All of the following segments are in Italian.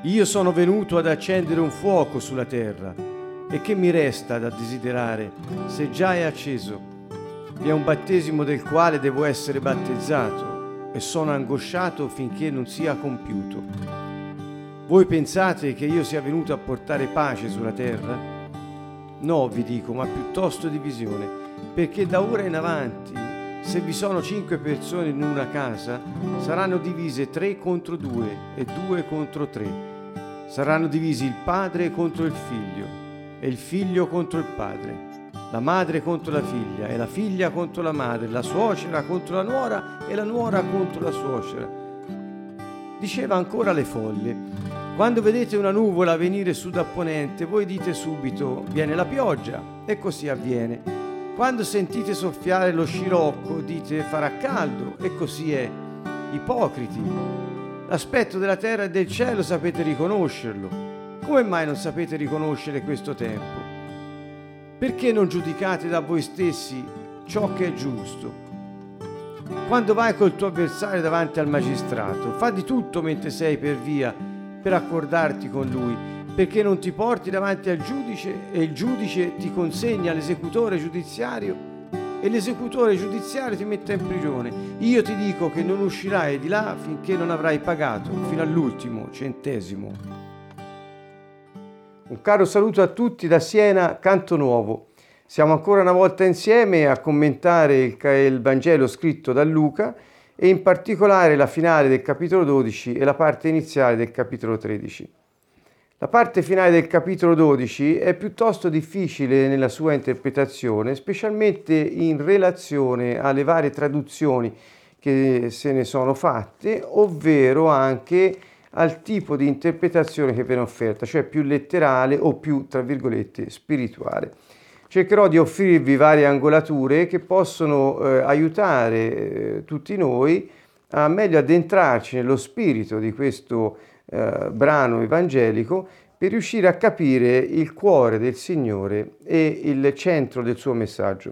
Io sono venuto ad accendere un fuoco sulla terra, e che mi resta da desiderare se già è acceso? Vi è un battesimo del quale devo essere battezzato, e sono angosciato finché non sia compiuto. Voi pensate che io sia venuto a portare pace sulla terra? No, vi dico, ma piuttosto divisione, perché da ora in avanti, se vi sono 5 persone in una casa, saranno divise 3 contro 2 e 2 contro 3. Saranno divisi il padre contro il figlio e il figlio contro il padre, la madre contro la figlia e la figlia contro la madre, la suocera contro la nuora e la nuora contro la suocera. Diceva ancora alle folle: quando vedete una nuvola venire su da ponente, voi dite subito: viene la pioggia, e così avviene. Quando sentite soffiare lo scirocco, dite: farà caldo, e così è. Ipocriti! L'aspetto della terra e del cielo sapete riconoscerlo. Come mai non sapete riconoscere questo tempo? Perché non giudicate da voi stessi ciò che è giusto? Quando vai col tuo avversario davanti al magistrato, fa di tutto mentre sei per via per accordarti con lui, perché non ti porti davanti al giudice e il giudice ti consegna all'esecutore giudiziario e l'esecutore giudiziario ti mette in prigione. Io ti dico che non uscirai di là finché non avrai pagato fino all'ultimo centesimo. Un caro saluto a tutti da Siena, Canto Nuovo. Siamo ancora una volta insieme a commentare il Vangelo scritto da Luca, e in particolare la finale del capitolo 12 e la parte iniziale del capitolo 13. La parte finale del capitolo 12 è piuttosto difficile nella sua interpretazione, specialmente in relazione alle varie traduzioni che se ne sono fatte, ovvero anche al tipo di interpretazione che viene offerta, cioè più letterale o più, tra virgolette, spirituale. Cercherò di offrirvi varie angolature che possono aiutare tutti noi a meglio addentrarci nello spirito di questo brano evangelico, per riuscire a capire il cuore del Signore e il centro del suo messaggio.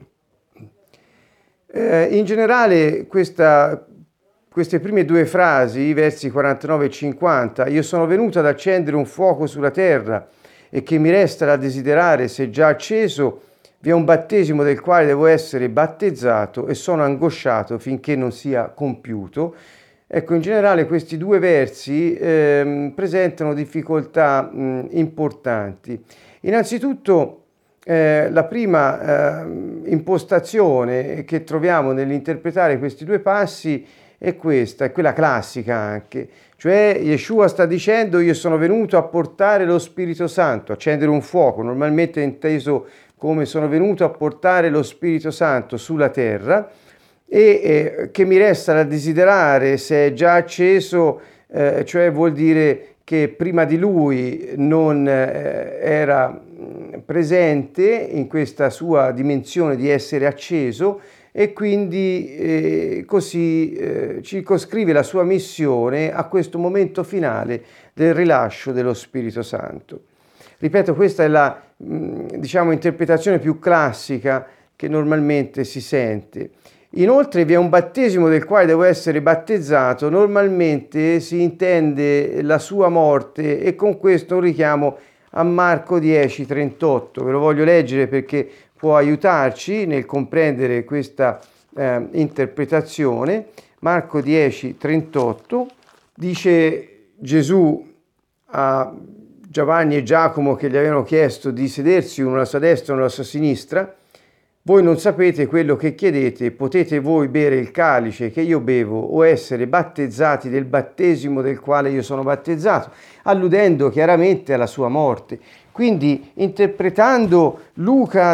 In generale queste prime due frasi, i versi 49 e 50, io sono venuto ad accendere un fuoco sulla terra e che mi resta da desiderare se già acceso, vi è un battesimo del quale devo essere battezzato e sono angosciato finché non sia compiuto. Ecco, in generale questi due versi presentano difficoltà importanti. Innanzitutto la prima impostazione che troviamo nell'interpretare questi due passi è questa, è quella classica anche, cioè Yeshua sta dicendo: io sono venuto a portare lo Spirito Santo, accendere un fuoco, normalmente inteso come sono venuto a portare lo Spirito Santo sulla terra, e che mi resta da desiderare se è già acceso, cioè vuol dire che prima di lui non era presente in questa sua dimensione di essere acceso, e quindi così circoscrive la sua missione a questo momento finale del rilascio dello Spirito Santo. Ripeto, questa è la interpretazione più classica che normalmente si sente. Inoltre vi è un battesimo del quale devo essere battezzato, normalmente si intende la sua morte, e con questo un richiamo a Marco 10:38. Ve lo voglio leggere perché può aiutarci nel comprendere questa interpretazione. Marco 10:38 dice Gesù a Giovanni e Giacomo, che gli avevano chiesto di sedersi uno alla sua destra e uno alla sua sinistra: voi non sapete quello che chiedete, potete voi bere il calice che io bevo o essere battezzati del battesimo del quale io sono battezzato, alludendo chiaramente alla sua morte. Quindi, interpretando Luca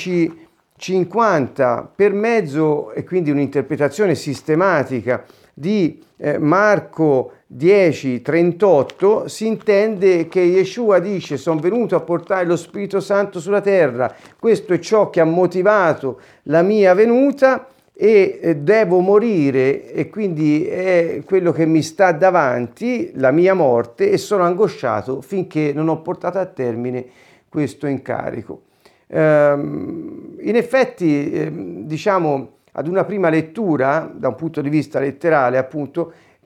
12:50 per mezzo, e quindi un'interpretazione sistematica di Marco 10:38, si intende che Yeshua dice: sono venuto a portare lo Spirito Santo sulla terra, questo è ciò che ha motivato la mia venuta, e devo morire, e quindi è quello che mi sta davanti, la mia morte, e sono angosciato finché non ho portato a termine questo incarico. In effetti, ad una prima lettura, da un punto di vista letterale appunto,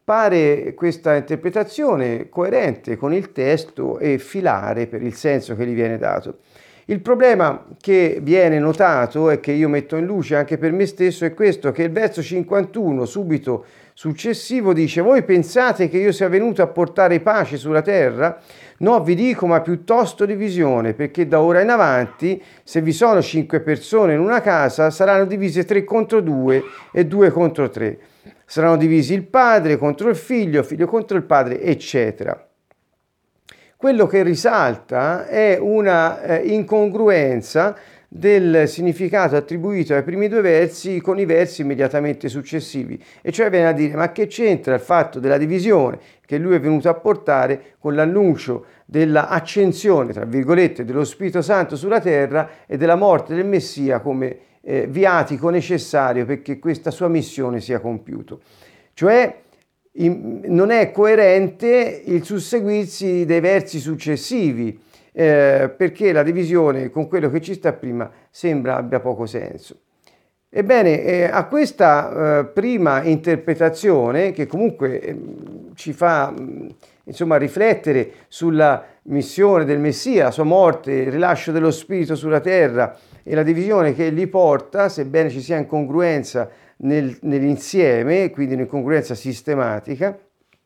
pare questa interpretazione coerente con il testo e filare per il senso che gli viene dato. Il problema che viene notato e che io metto in luce anche per me stesso è questo, che il verso 51 subito successivo dice: voi pensate che io sia venuto a portare pace sulla terra? No, vi dico, ma piuttosto divisione, perché da ora in avanti, se vi sono 5 persone in una casa, saranno divise 3 contro 2 e 2 contro 3. Saranno divisi il padre contro il figlio contro il padre, eccetera. Quello che risalta è una incongruenza del significato attribuito ai primi 2 versi con i versi immediatamente successivi, e cioè viene a dire: ma che c'entra il fatto della divisione che lui è venuto a portare con l'annuncio della accensione, tra virgolette, dello Spirito Santo sulla terra e della morte del Messia come viatico necessario perché questa sua missione sia compiuta. Cioè non è coerente il susseguirsi dei versi successivi, perché la divisione con quello che ci sta prima sembra abbia poco senso. Ebbene, a questa prima interpretazione, che comunque ci fa insomma riflettere sulla missione del Messia, la sua morte, il rilascio dello Spirito sulla terra e la divisione che egli porta, sebbene ci sia incongruenza nell'insieme, quindi un'incongruenza sistematica,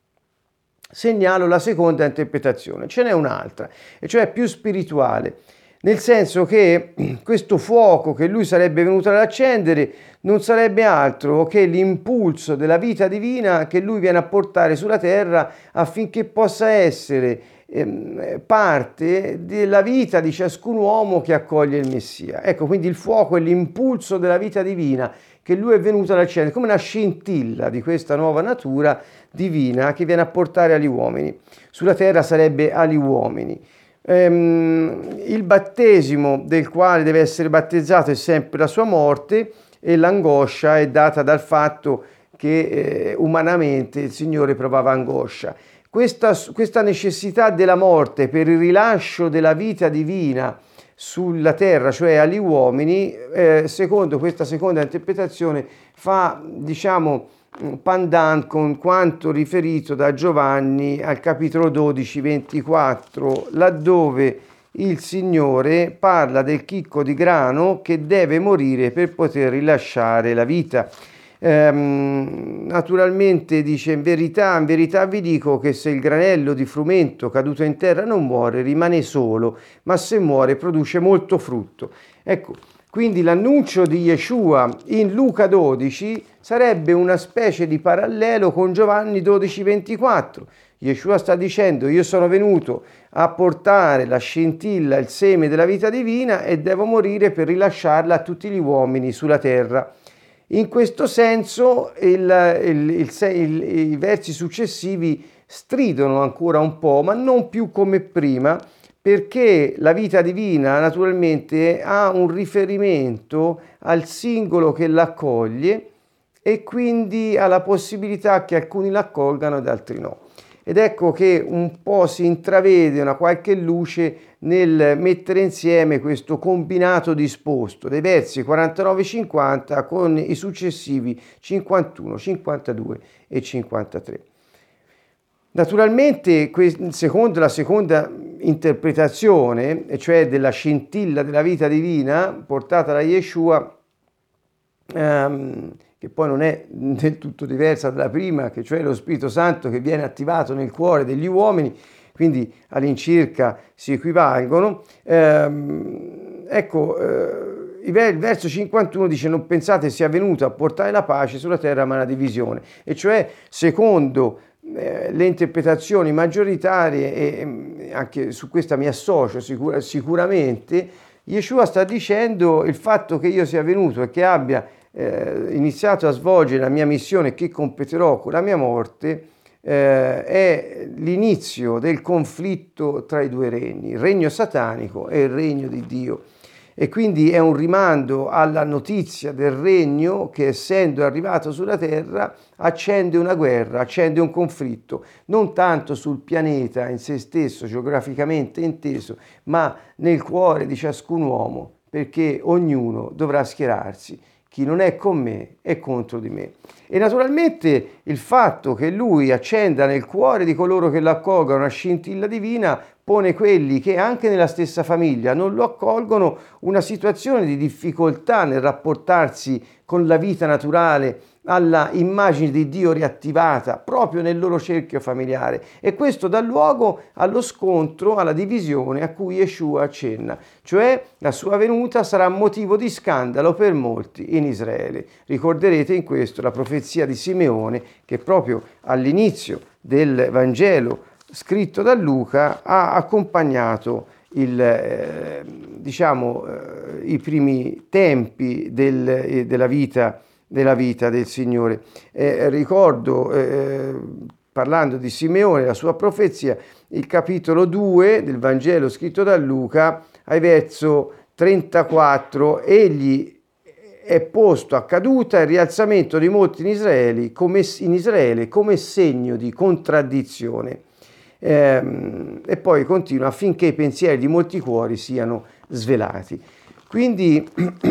segnalo la seconda interpretazione. Ce n'è un'altra, e cioè più spirituale, nel senso che questo fuoco che lui sarebbe venuto ad accendere non sarebbe altro che l'impulso della vita divina che lui viene a portare sulla terra affinché possa essere parte della vita di ciascun uomo che accoglie il Messia. Ecco, quindi il fuoco è l'impulso della vita divina che lui è venuto ad accendere, come una scintilla di questa nuova natura divina che viene a portare agli uomini. Sulla terra sarebbe agli uomini. Il battesimo del quale deve essere battezzato è sempre la sua morte, e l'angoscia è data dal fatto che umanamente il Signore provava angoscia. Questa necessità della morte per il rilascio della vita divina sulla terra, cioè agli uomini, secondo questa seconda interpretazione fa, diciamo, pandan con quanto riferito da Giovanni al capitolo 12, 24, laddove il Signore parla del chicco di grano che deve morire per poter rilasciare la vita. Naturalmente dice: in verità vi dico che se il granello di frumento caduto in terra non muore, rimane solo, ma se muore produce molto frutto. Ecco, quindi l'annuncio di Yeshua in Luca 12 sarebbe una specie di parallelo con Giovanni 12, 24. Yeshua sta dicendo: io sono venuto a portare la scintilla, il seme della vita divina, e devo morire per rilasciarla a tutti gli uomini sulla terra. In questo senso i versi successivi stridono ancora un po', ma non più come prima, perché la vita divina naturalmente ha un riferimento al singolo che l'accoglie e quindi ha la possibilità che alcuni l'accolgano ed altri no. Ed ecco che un po' si intravede una qualche luce nel mettere insieme questo combinato disposto dei versi 49-50 con i successivi 51, 52 e 53. Naturalmente, secondo la seconda interpretazione, e cioè della scintilla della vita divina portata da Yeshua, che poi non è del tutto diversa dalla prima, che cioè lo Spirito Santo che viene attivato nel cuore degli uomini, quindi all'incirca si equivalgono. Il verso 51 dice: non pensate sia venuto a portare la pace sulla terra ma la divisione, e cioè secondo le interpretazioni maggioritarie, e anche su questa mi associo sicuramente, Yeshua sta dicendo: il fatto che io sia venuto e che abbia iniziato a svolgere la mia missione che completerò con la mia morte è l'inizio del conflitto tra i 2 regni, il regno satanico e il regno di Dio. E quindi è un rimando alla notizia del regno che, essendo arrivato sulla terra, accende una guerra, accende un conflitto, non tanto sul pianeta in se stesso, geograficamente inteso, ma nel cuore di ciascun uomo, perché ognuno dovrà schierarsi chi non è con me è contro di me. E naturalmente il fatto che lui accenda nel cuore di coloro che lo accolgono una scintilla divina pone quelli che anche nella stessa famiglia non lo accolgono una situazione di difficoltà nel rapportarsi con la vita naturale, alla immagine di Dio riattivata proprio nel loro cerchio familiare, e questo dà luogo allo scontro, alla divisione a cui Yeshua accenna, cioè la sua venuta sarà motivo di scandalo per molti in Israele. Ricorderete in questo la profezia di Simeone, che proprio all'inizio del Vangelo scritto da Luca ha accompagnato i primi tempi della vita del Signore. Ricordo, parlando di Simeone, la sua profezia, il capitolo 2 del Vangelo scritto da Luca, ai verso 34, egli è posto a caduta il rialzamento di molti in Israele come segno di contraddizione. E poi continua, affinché i pensieri di molti cuori siano svelati. Quindi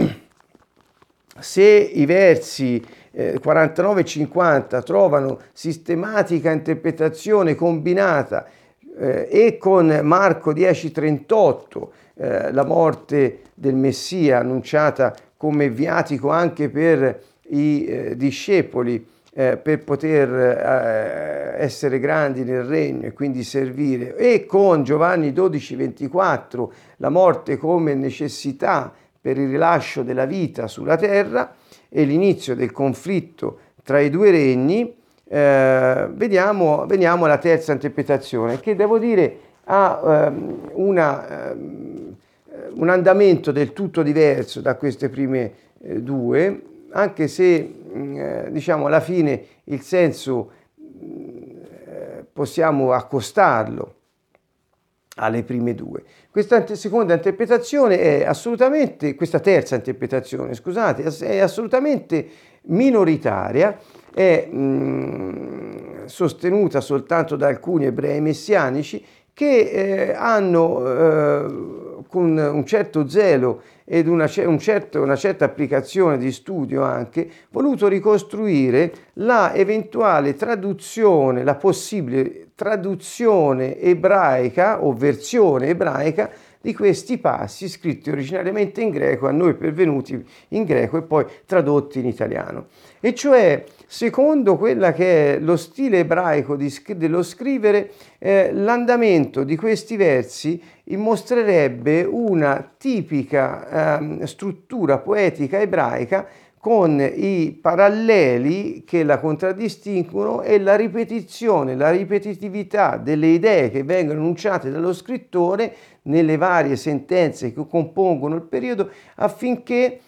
se i versi 49 e 50 trovano sistematica interpretazione combinata e con Marco 10:38, la morte del Messia annunciata come viatico anche per i discepoli, per poter essere grandi nel regno e quindi servire, e con Giovanni 12:24 la morte come necessità per il rilascio della vita sulla terra e l'inizio del conflitto tra i due regni, veniamo alla terza interpretazione, che devo dire ha un andamento del tutto diverso da queste prime due, anche se alla fine il senso possiamo accostarlo alle prime due. Questa seconda interpretazione questa terza interpretazione, scusate, è assolutamente minoritaria, è sostenuta soltanto da alcuni ebrei messianici che hanno con un certo zelo ed una certa applicazione di studio anche voluto ricostruire la eventuale traduzione, la possibile traduzione ebraica o versione ebraica di questi passi scritti originariamente in greco, a noi pervenuti in greco e poi tradotti in italiano. E cioè, secondo quella che è lo stile ebraico dello scrivere, l'andamento di questi versi mostrerebbe una tipica struttura poetica ebraica con i paralleli che la contraddistinguono e la ripetitività delle idee che vengono enunciate dallo scrittore nelle varie sentenze che compongono il periodo, affinché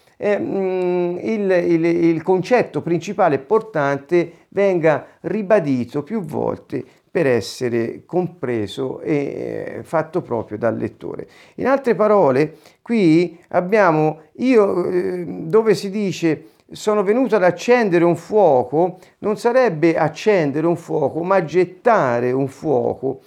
il concetto principale e portante venga ribadito più volte per essere compreso e fatto proprio dal lettore. In altre parole, qui abbiamo dove si dice sono venuto ad accendere un fuoco, non sarebbe accendere un fuoco, ma gettare un fuoco.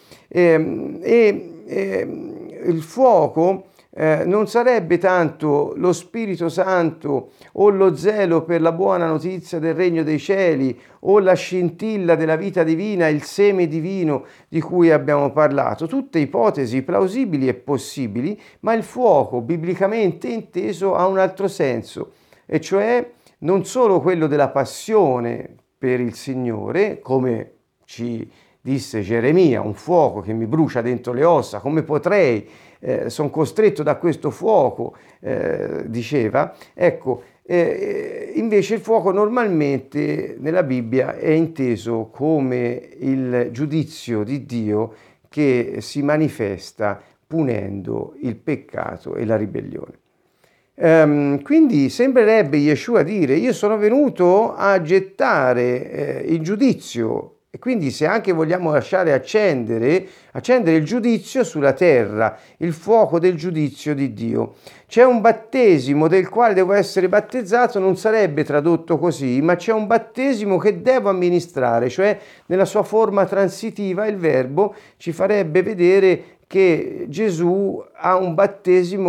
Il fuoco non sarebbe tanto lo Spirito Santo o lo zelo per la buona notizia del regno dei cieli o la scintilla della vita divina, il seme divino di cui abbiamo parlato, tutte ipotesi plausibili e possibili, ma il fuoco biblicamente inteso ha un altro senso, e cioè non solo quello della passione per il Signore, come ci disse Geremia, un fuoco che mi brucia dentro le ossa, come potrei, sono costretto da questo fuoco, diceva. Ecco, invece il fuoco normalmente nella Bibbia è inteso come il giudizio di Dio che si manifesta punendo il peccato e la ribellione. Quindi sembrerebbe Yeshua dire: io sono venuto a gettare il giudizio. E quindi se anche vogliamo lasciare accendere il giudizio sulla terra, il fuoco del giudizio di Dio. C'è un battesimo del quale devo essere battezzato, non sarebbe tradotto così, ma c'è un battesimo che devo amministrare, cioè nella sua forma transitiva il verbo ci farebbe vedere che Gesù ha un battesimo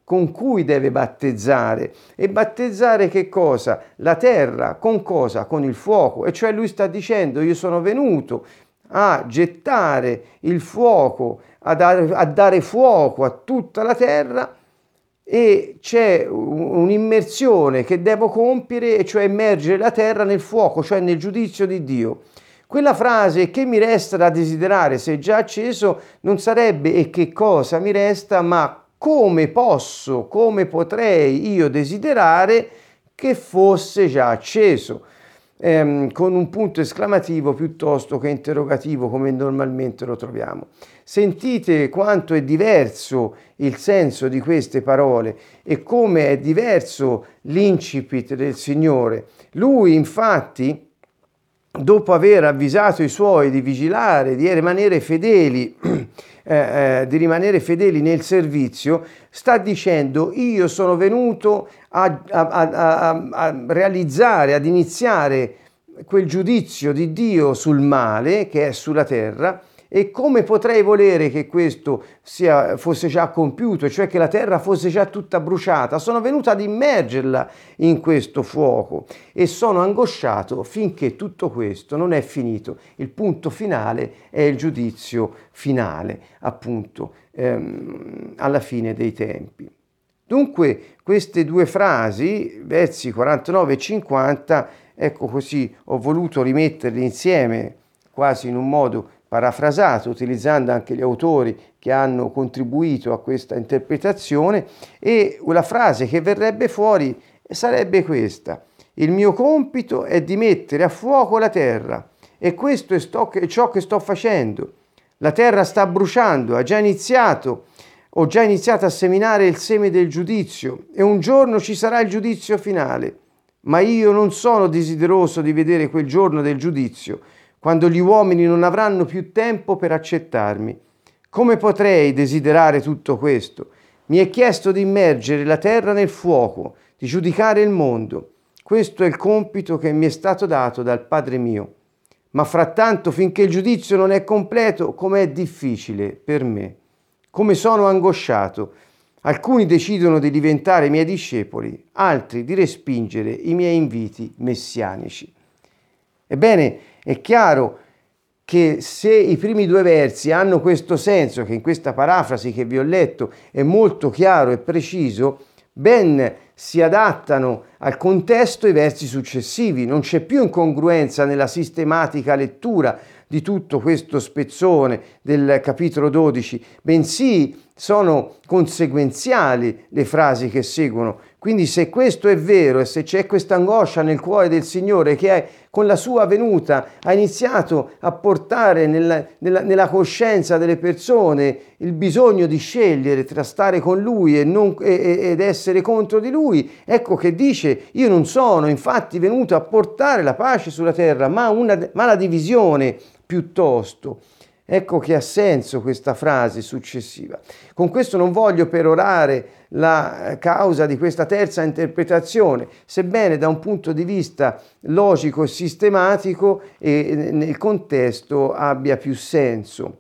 con cui deve battezzare. E battezzare che cosa? La terra. Con cosa? Con il fuoco. E cioè lui sta dicendo: io sono venuto a gettare il fuoco, a dare fuoco a tutta la terra, e c'è un'immersione che devo compiere, e cioè immergere la terra nel fuoco, cioè nel giudizio di Dio. Quella frase "che mi resta da desiderare se è già acceso" non sarebbe "e che cosa mi resta", ma come potrei io desiderare che fosse già acceso, con un punto esclamativo piuttosto che interrogativo, come normalmente lo troviamo. Sentite quanto è diverso il senso di queste parole e come è diverso l'incipit del Signore. Lui, infatti, dopo aver avvisato i suoi di vigilare, di rimanere fedeli, nel servizio, sta dicendo: io sono venuto a realizzare, ad iniziare quel giudizio di Dio sul male che è sulla terra. E come potrei volere che questo fosse già compiuto, cioè che la terra fosse già tutta bruciata? Sono venuto ad immergerla in questo fuoco e sono angosciato finché tutto questo non è finito. Il punto finale è il giudizio finale, appunto, alla fine dei tempi. Dunque, queste due frasi, versi 49 e 50, ecco, così ho voluto rimetterli insieme quasi in un modo parafrasato, utilizzando anche gli autori che hanno contribuito a questa interpretazione, e la frase che verrebbe fuori sarebbe questa: il mio compito è di mettere a fuoco la terra, e questo è ciò che sto facendo. La terra sta bruciando, ho già iniziato a seminare il seme del giudizio, e un giorno ci sarà il giudizio finale, ma io non sono desideroso di vedere quel giorno del giudizio, quando gli uomini non avranno più tempo per accettarmi. Come potrei desiderare tutto questo? Mi è chiesto di immergere la terra nel fuoco, di giudicare il mondo. Questo è il compito che mi è stato dato dal Padre mio. Ma frattanto, finché il giudizio non è completo, com'è difficile per me, come sono angosciato. Alcuni decidono di diventare miei discepoli, altri di respingere i miei inviti messianici. Ebbene, è chiaro che se i primi due versi hanno questo senso, che in questa parafrasi che vi ho letto è molto chiaro e preciso, ben si adattano al contesto i versi successivi. Non c'è più incongruenza nella sistematica lettura di tutto questo spezzone del capitolo 12, bensì sono conseguenziali le frasi che seguono. Quindi, se questo è vero e se c'è questa angoscia nel cuore del Signore, che con la sua venuta ha iniziato a portare nella coscienza delle persone il bisogno di scegliere tra stare con Lui ed essere contro di Lui, ecco che dice: io non sono infatti venuto a portare la pace sulla terra, ma la divisione piuttosto. Ecco che ha senso questa frase successiva. Con questo non voglio perorare la causa di questa terza interpretazione, sebbene da un punto di vista logico e sistematico e nel contesto abbia più senso,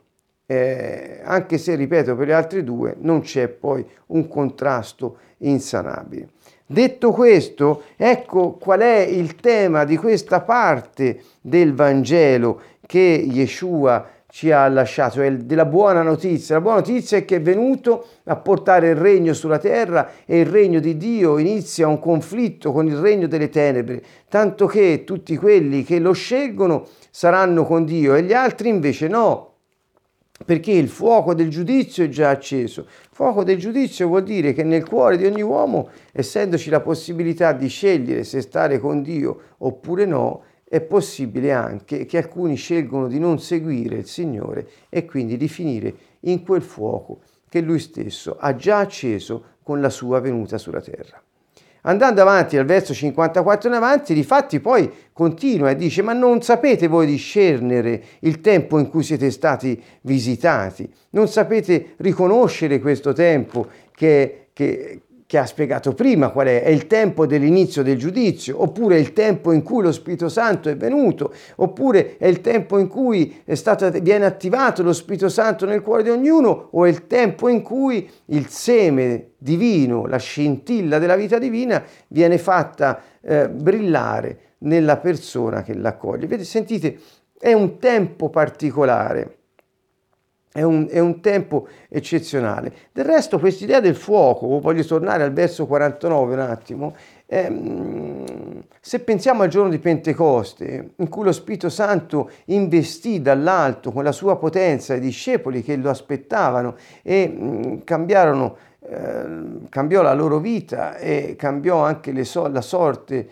anche se, ripeto, per le altre due non c'è poi un contrasto insanabile. Detto questo, ecco qual è il tema di questa parte del Vangelo che Yeshua ci ha lasciato, è della buona notizia. La buona notizia è che è venuto a portare il regno sulla terra, e il regno di Dio inizia un conflitto con il regno delle tenebre, tanto che tutti quelli che lo scelgono saranno con Dio e gli altri invece no, perché il fuoco del giudizio è già acceso. Fuoco del giudizio vuol dire che nel cuore di ogni uomo, essendoci la possibilità di scegliere se stare con Dio oppure no, è possibile anche che alcuni scelgono di non seguire il Signore e quindi di finire in quel fuoco che Lui stesso ha già acceso con la sua venuta sulla terra. Andando avanti al verso 54 in avanti, difatti poi continua e dice: ma non sapete voi discernere il tempo in cui siete stati visitati? Non sapete riconoscere questo tempo che che ha spiegato prima qual è il tempo dell'inizio del giudizio, oppure il tempo in cui lo Spirito Santo è venuto, oppure è il tempo in cui viene attivato lo Spirito Santo nel cuore di ognuno, o è il tempo in cui il seme divino, la scintilla della vita divina viene fatta brillare nella persona che l'accoglie. Vedete, sentite, è un tempo particolare. È un tempo eccezionale. Del resto, quest'idea del fuoco, voglio tornare al verso 49 un attimo, se pensiamo al giorno di Pentecoste, in cui lo Spirito Santo investì dall'alto con la sua potenza i discepoli che lo aspettavano e cambiò la loro vita e cambiò anche la sorte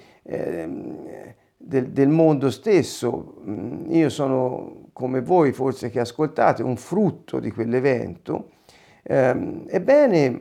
del mondo stesso. Io sono, come voi forse che ascoltate, un frutto di quell'evento. Ebbene,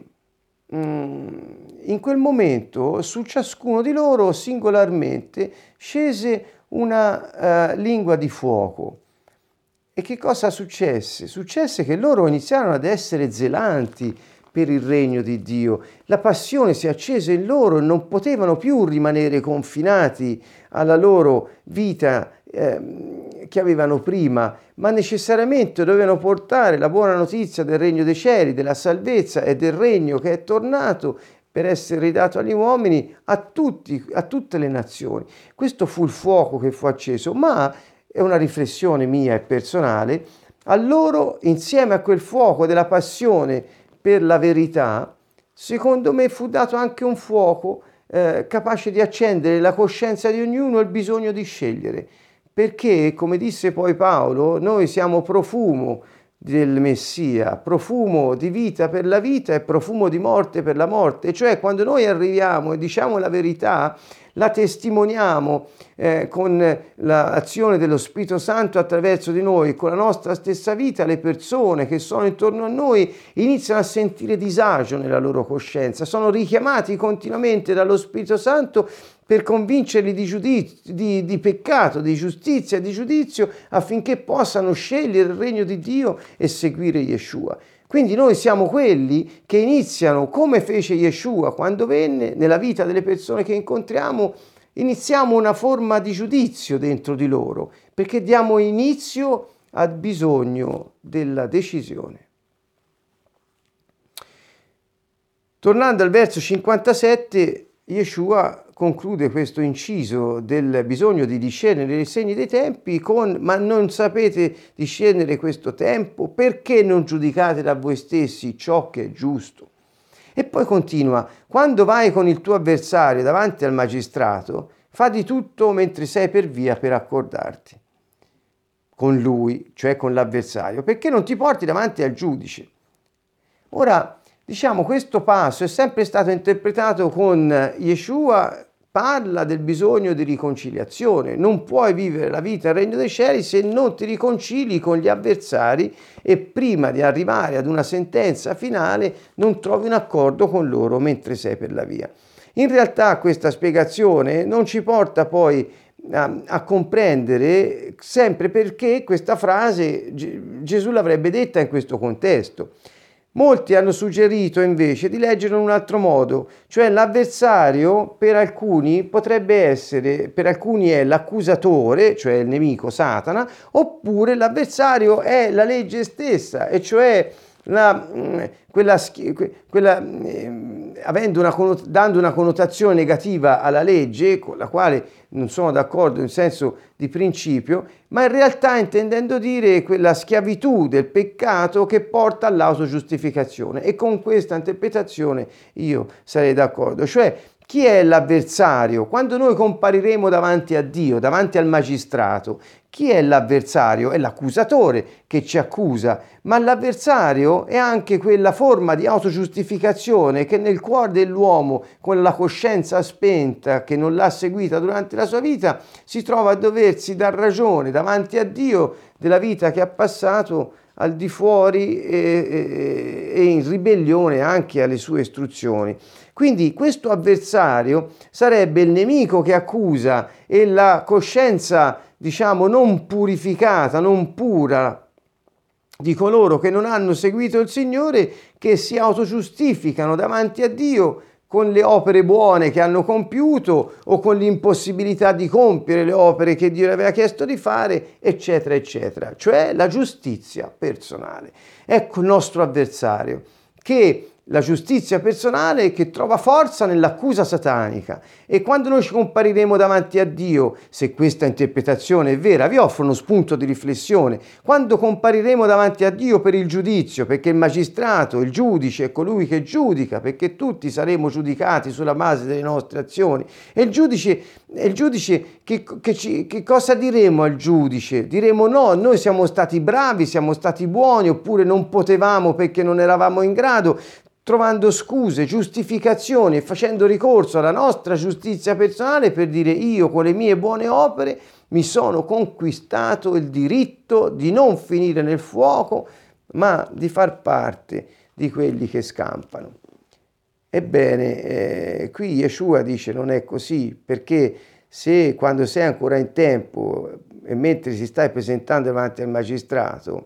in quel momento su ciascuno di loro singolarmente scese una lingua di fuoco. E che cosa successe? Successe che loro iniziarono ad essere zelanti per il regno di Dio. La passione si accese in loro e non potevano più rimanere confinati alla loro vita che avevano prima, ma necessariamente dovevano portare la buona notizia del regno dei cieli, della salvezza e del regno che è tornato per essere ridato agli uomini a tutte le nazioni. Questo fu il fuoco che fu acceso, ma è una riflessione mia e personale. A loro, insieme a quel fuoco della passione per la verità, secondo me fu dato anche un fuoco capace di accendere la coscienza di ognuno e il bisogno di scegliere. Perché, come disse poi Paolo, noi siamo profumo del Messia, profumo di vita per la vita e profumo di morte per la morte. Cioè, quando noi arriviamo e diciamo la verità, la testimoniamo con l'azione dello Spirito Santo attraverso di noi, con la nostra stessa vita, le persone che sono intorno a noi iniziano a sentire disagio nella loro coscienza, sono richiamati continuamente dallo Spirito Santo per convincerli di peccato, di giustizia e di giudizio, affinché possano scegliere il regno di Dio e seguire Yeshua. Quindi noi siamo quelli che iniziano, come fece Yeshua quando venne, nella vita delle persone che incontriamo, iniziamo una forma di giudizio dentro di loro, perché diamo inizio al bisogno della decisione. Tornando al verso 57, Yeshua conclude questo inciso del bisogno di discernere i segni dei tempi con: ma non sapete discernere questo tempo? Perché non giudicate da voi stessi ciò che è giusto? E poi continua: quando vai con il tuo avversario davanti al magistrato, fa di tutto mentre sei per via per accordarti con lui, cioè con l'avversario, perché non ti porti davanti al giudice. Ora, diciamo, questo passo è sempre stato interpretato con Yeshua, parla del bisogno di riconciliazione. Non puoi vivere la vita al regno dei cieli se non ti riconcili con gli avversari e prima di arrivare ad una sentenza finale non trovi un accordo con loro mentre sei per la via. In realtà questa spiegazione non ci porta poi a comprendere sempre perché questa frase Gesù l'avrebbe detta in questo contesto. Molti hanno suggerito invece di leggerlo in un altro modo, cioè l'avversario per alcuni potrebbe essere, per alcuni è l'accusatore, cioè il nemico Satana, oppure l'avversario è la legge stessa, e cioè dando una connotazione negativa alla legge, con la quale non sono d'accordo in senso di principio, ma in realtà intendendo dire quella schiavitù del peccato che porta all'autogiustificazione. E con questa interpretazione io sarei d'accordo. Cioè, chi è l'avversario? Quando noi compariremo davanti a Dio, davanti al magistrato, chi è l'avversario? È l'accusatore che ci accusa, ma l'avversario è anche quella forma di autogiustificazione che nel cuore dell'uomo, con la coscienza spenta, che non l'ha seguita durante la sua vita, si trova a doversi dar ragione davanti a Dio della vita che ha passato al di fuori e in ribellione anche alle sue istruzioni. Quindi questo avversario sarebbe il nemico che accusa e la coscienza, diciamo, non purificata, non pura di coloro che non hanno seguito il Signore, che si autogiustificano davanti a Dio con le opere buone che hanno compiuto o con l'impossibilità di compiere le opere che Dio le aveva chiesto di fare, eccetera, eccetera. Cioè la giustizia personale. Ecco il nostro avversario, che la giustizia personale che trova forza nell'accusa satanica, e quando noi ci compariremo davanti a Dio, se questa interpretazione è vera, vi offro uno spunto di riflessione, quando compariremo davanti a Dio per il giudizio, perché il magistrato, il giudice è colui che giudica, perché tutti saremo giudicati sulla base delle nostre azioni, e il giudice che cosa diremo al giudice? Diremo no, noi siamo stati bravi, siamo stati buoni, oppure non potevamo perché non eravamo in grado, trovando scuse, giustificazioni e facendo ricorso alla nostra giustizia personale per dire io con le mie buone opere mi sono conquistato il diritto di non finire nel fuoco, ma di far parte di quelli che scampano. Ebbene, qui Yeshua dice non è così, perché se quando sei ancora in tempo e mentre si stai presentando davanti al magistrato,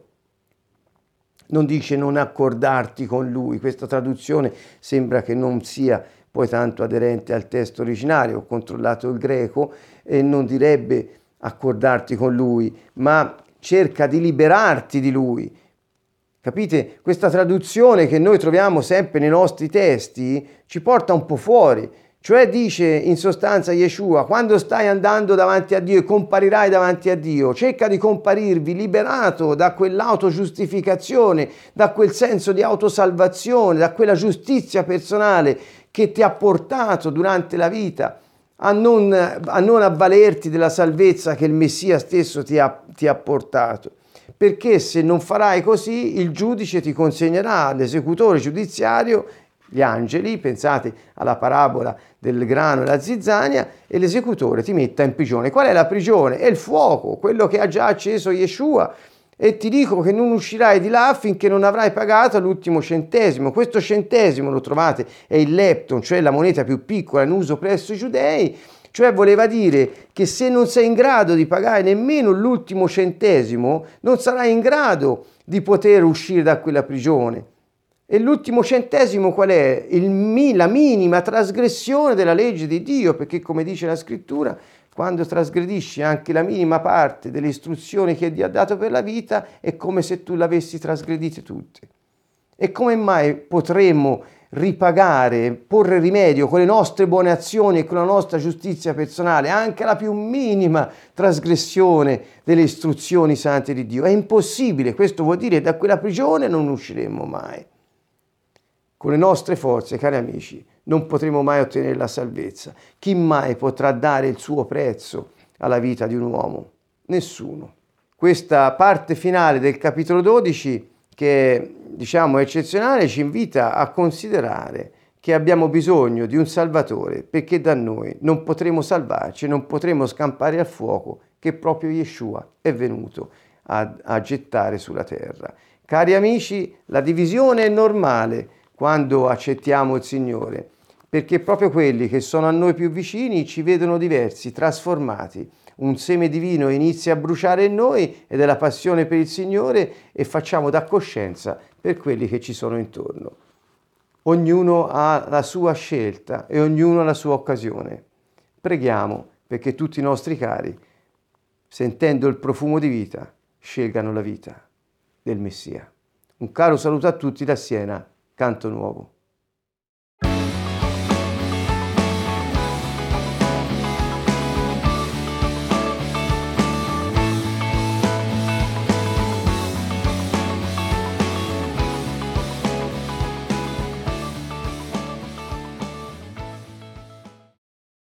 non dice non accordarti con lui. Questa traduzione sembra che non sia poi tanto aderente al testo originario. Ho controllato il greco e non direbbe accordarti con lui, ma cerca di liberarti di lui. Capite? Questa traduzione che noi troviamo sempre nei nostri testi ci porta un po' fuori. Cioè dice in sostanza Yeshua, quando stai andando davanti a Dio e comparirai davanti a Dio, cerca di comparirvi liberato da quell'autogiustificazione, da quel senso di autosalvazione, da quella giustizia personale che ti ha portato durante la vita a non avvalerti della salvezza che il Messia stesso ti ha portato. Perché se non farai così, il giudice ti consegnerà all'esecutore giudiziario, gli angeli, pensate alla parabola del grano e la zizzania, e l'esecutore ti metta in prigione. Qual è la prigione? È il fuoco, quello che ha già acceso Yeshua. E ti dico che non uscirai di là finché non avrai pagato l'ultimo centesimo. Questo centesimo, lo trovate, è il lepton, cioè la moneta più piccola in uso presso i giudei. Cioè voleva dire che se non sei in grado di pagare nemmeno l'ultimo centesimo, non sarai in grado di poter uscire da quella prigione. E l'ultimo centesimo qual è? La minima trasgressione della legge di Dio, perché come dice la scrittura, quando trasgredisci anche la minima parte delle istruzioni che Dio ha dato per la vita, è come se tu le avessi trasgredite tutte. E come mai potremmo ripagare, porre rimedio con le nostre buone azioni e con la nostra giustizia personale anche alla più minima trasgressione delle istruzioni sante di Dio? È impossibile, questo vuol dire che da quella prigione non usciremo mai. Con le nostre forze, cari amici, non potremo mai ottenere la salvezza. Chi mai potrà dare il suo prezzo alla vita di un uomo? Nessuno. Questa parte finale del capitolo 12, che diciamo è eccezionale, ci invita a considerare che abbiamo bisogno di un Salvatore, perché da noi non potremo salvarci, non potremo scampare al fuoco che proprio Yeshua è venuto a gettare sulla terra. Cari amici, la divisione è normale quando accettiamo il Signore, perché proprio quelli che sono a noi più vicini ci vedono diversi, trasformati. Un seme divino inizia a bruciare in noi ed è la passione per il Signore, e facciamo da coscienza per quelli che ci sono intorno. Ognuno ha la sua scelta e ognuno ha la sua occasione. Preghiamo perché tutti i nostri cari, sentendo il profumo di vita, scelgano la vita del Messia. Un caro saluto a tutti da Siena, Canto Nuovo.